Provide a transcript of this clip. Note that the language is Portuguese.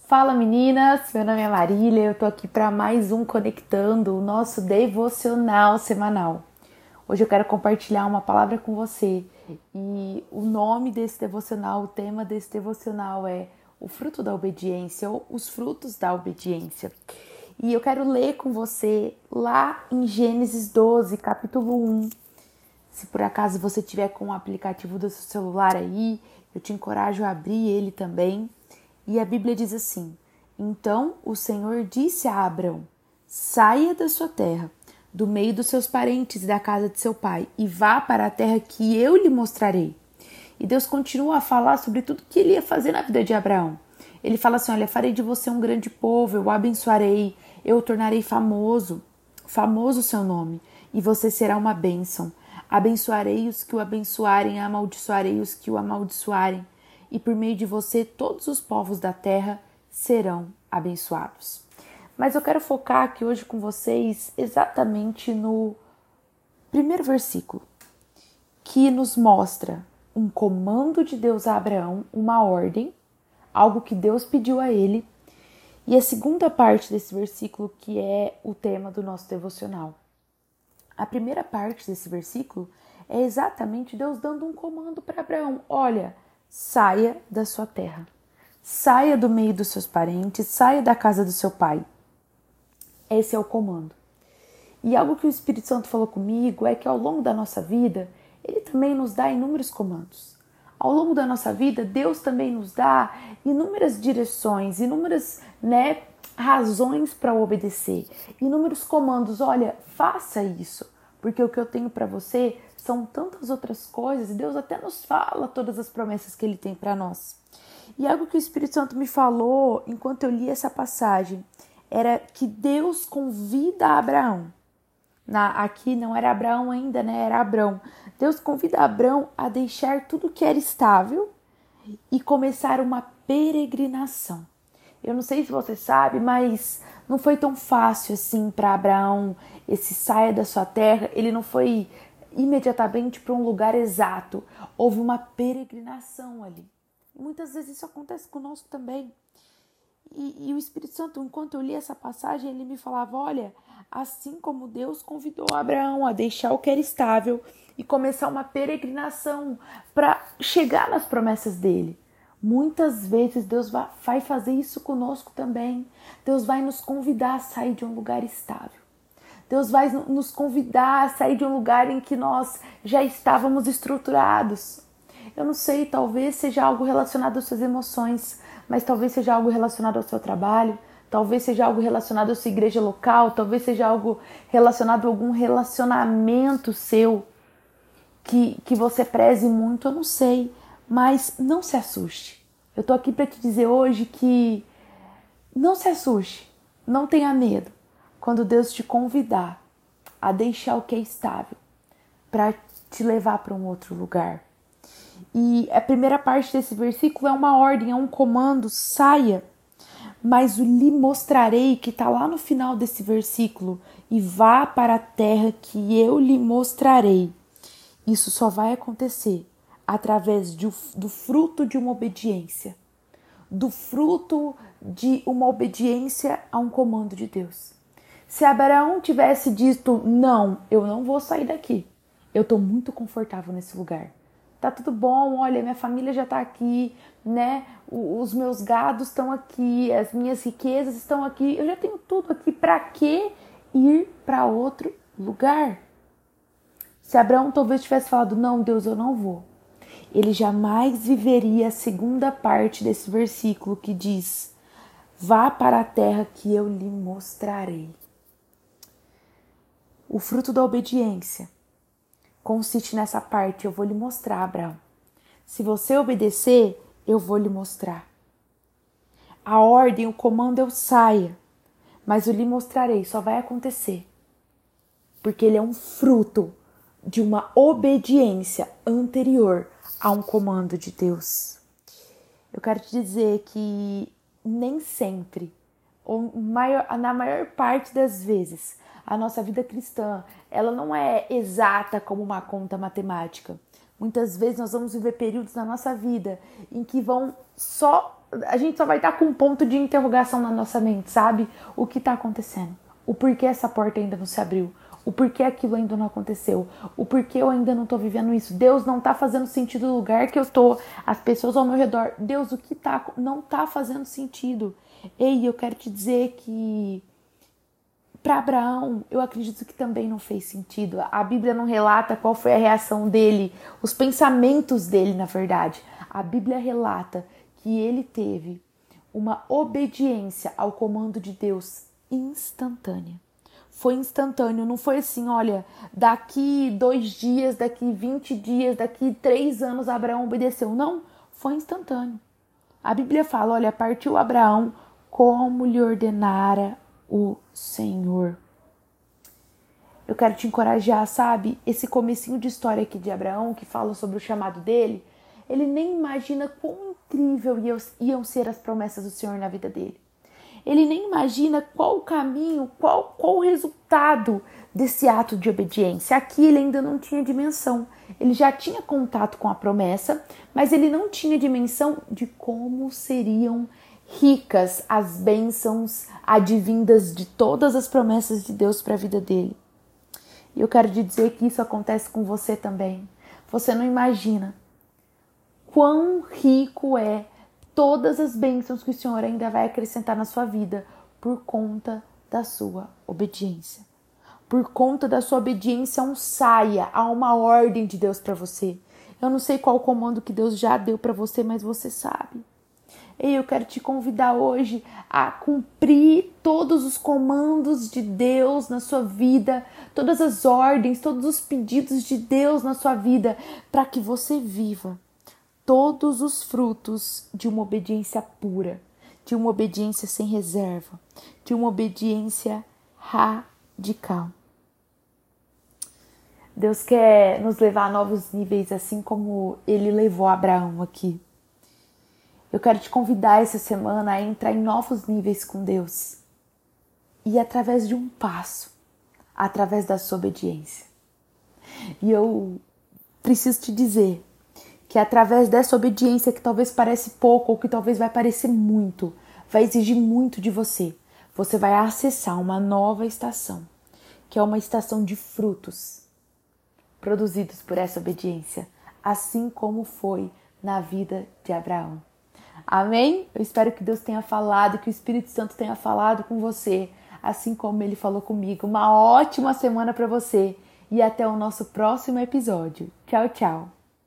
Fala meninas, meu nome é Marília, eu tô aqui para mais um Conectando, o nosso devocional semanal. Hoje eu quero compartilhar uma palavra com você e o nome desse devocional, o tema desse devocional é o fruto da obediência ou os frutos da obediência. E eu quero ler com você lá em Gênesis 12, capítulo 1. Se por acaso você tiver com o aplicativo do seu celular aí, eu te encorajo a abrir ele também. E a Bíblia diz assim: Então o Senhor disse a Abrão: saia da sua terra, do meio dos seus parentes e da casa de seu pai, e vá para a terra que eu lhe mostrarei. E Deus continua a falar sobre tudo que ele ia fazer na vida de Abraão. Ele fala assim: olha, farei de você um grande povo, eu o abençoarei, eu o tornarei famoso o seu nome, e você será uma bênção. Abençoarei os que o abençoarem, amaldiçoarei os que o amaldiçoarem, e por meio de você todos os povos da terra serão abençoados. Mas eu quero focar aqui hoje com vocês exatamente no primeiro versículo, que nos mostra um comando de Deus a Abraão, uma ordem, algo que Deus pediu a ele, e a segunda parte desse versículo, que é o tema do nosso devocional. A primeira parte desse versículo é exatamente Deus dando um comando para Abraão: olha, saia da sua terra, saia do meio dos seus parentes, saia da casa do seu pai. Esse é o comando. E algo que o Espírito Santo falou comigo é que ao longo da nossa vida, ele também nos dá inúmeros comandos. Ao longo da nossa vida, Deus também nos dá inúmeras direções, inúmeras razões para obedecer, inúmeros comandos. Olha, faça isso, porque o que eu tenho para você são tantas outras coisas, e Deus até nos fala todas as promessas que Ele tem para nós. E algo que o Espírito Santo me falou enquanto eu li essa passagem era que Deus convida Abraão. Aqui não era Abraão ainda, era Abrão. Deus convida Abrão a deixar tudo que era estável e começar uma peregrinação. Eu não sei se você sabe, mas não foi tão fácil assim para Abraão esse saia da sua terra. Ele não foi imediatamente para um lugar exato. Houve uma peregrinação ali. E muitas vezes isso acontece conosco também. E o Espírito Santo, enquanto eu li essa passagem, ele me falava: olha, assim como Deus convidou Abraão a deixar o que era estável e começar uma peregrinação para chegar nas promessas dele, muitas vezes Deus vai fazer isso conosco também. Deus vai nos convidar a sair de um lugar estável. Deus vai nos convidar a sair de um lugar em que nós já estávamos estruturados. Eu não sei, talvez seja algo relacionado às suas emoções, mas talvez seja algo relacionado ao seu trabalho, talvez seja algo relacionado à sua igreja local, talvez seja algo relacionado a algum relacionamento seu que você preze muito, eu não sei, mas não se assuste. Eu tô aqui para te dizer hoje que não se assuste, não tenha medo quando Deus te convidar a deixar o que é estável para te levar para um outro lugar. E a primeira parte desse versículo é uma ordem, é um comando: saia, mas o lhe mostrarei, que está lá no final desse versículo, e vá para a terra que eu lhe mostrarei. Isso só vai acontecer através do fruto de uma obediência, do fruto de uma obediência a um comando de Deus. Se Abraão tivesse dito: não, eu não vou sair daqui, eu estou muito confortável nesse lugar, tá tudo bom, olha, minha família já tá aqui, os meus gados estão aqui, as minhas riquezas estão aqui, eu já tenho tudo aqui, para que ir para outro lugar? Se Abraão talvez tivesse falado: não, Deus, eu não vou, ele jamais viveria a segunda parte desse versículo que diz: vá para a terra que eu lhe mostrarei. O fruto da obediência consiste nessa parte: eu vou lhe mostrar, Abraão. Se você obedecer, eu vou lhe mostrar. A ordem, o comando é: eu saia, mas eu lhe mostrarei, só vai acontecer porque ele é um fruto de uma obediência anterior a um comando de Deus. Eu quero te dizer que nem sempre, ou na maior parte das vezes, a nossa vida cristã, ela não é exata como uma conta matemática. Muitas vezes nós vamos viver períodos na nossa vida em que vão só a gente só vai estar com um ponto de interrogação na nossa mente, sabe? O que está acontecendo? O porquê essa porta ainda não se abriu? O porquê aquilo ainda não aconteceu? O porquê eu ainda não estou vivendo isso? Deus, não está fazendo sentido o lugar que eu estou, as pessoas ao meu redor. Deus, o que não está fazendo sentido? Ei, eu quero te dizer que para Abraão, eu acredito que também não fez sentido. A Bíblia não relata qual foi a reação dele, os pensamentos dele, na verdade. A Bíblia relata que ele teve uma obediência ao comando de Deus instantânea. Foi instantâneo, não foi assim, olha, daqui 2 dias, daqui 20 dias, daqui 3 anos Abraão obedeceu. Não, foi instantâneo. A Bíblia fala, olha, partiu Abraão como lhe ordenara o Senhor. Eu quero te encorajar, sabe? Esse comecinho de história aqui de Abraão, que fala sobre o chamado dele, ele nem imagina quão incrível iam ser as promessas do Senhor na vida dele. Ele nem imagina qual o caminho, qual o resultado desse ato de obediência. Aqui ele ainda não tinha dimensão. Ele já tinha contato com a promessa, mas ele não tinha dimensão de como seriam ricas as bênçãos advindas de todas as promessas de Deus para a vida dele. E eu quero te dizer que isso acontece com você também. Você não imagina quão rico é todas as bênçãos que o Senhor ainda vai acrescentar na sua vida por conta da sua obediência. Por conta da sua obediência a um saia, a uma ordem de Deus para você. Eu não sei qual o comando que Deus já deu para você, mas você sabe. E eu quero te convidar hoje a cumprir todos os comandos de Deus na sua vida, todas as ordens, todos os pedidos de Deus na sua vida, para que você viva todos os frutos de uma obediência pura, de uma obediência sem reserva, de uma obediência radical. Deus quer nos levar a novos níveis, assim como Ele levou Abraão aqui. Eu quero te convidar essa semana a entrar em novos níveis com Deus. E através de um passo, através da sua obediência. E eu preciso te dizer que através dessa obediência que talvez parece pouco ou que talvez vai parecer muito, vai exigir muito de você. Você vai acessar uma nova estação, que é uma estação de frutos produzidos por essa obediência, assim como foi na vida de Abraão. Amém? Eu espero que Deus tenha falado, que o Espírito Santo tenha falado com você, assim como Ele falou comigo. Uma ótima semana para você e até o nosso próximo episódio. Tchau, tchau!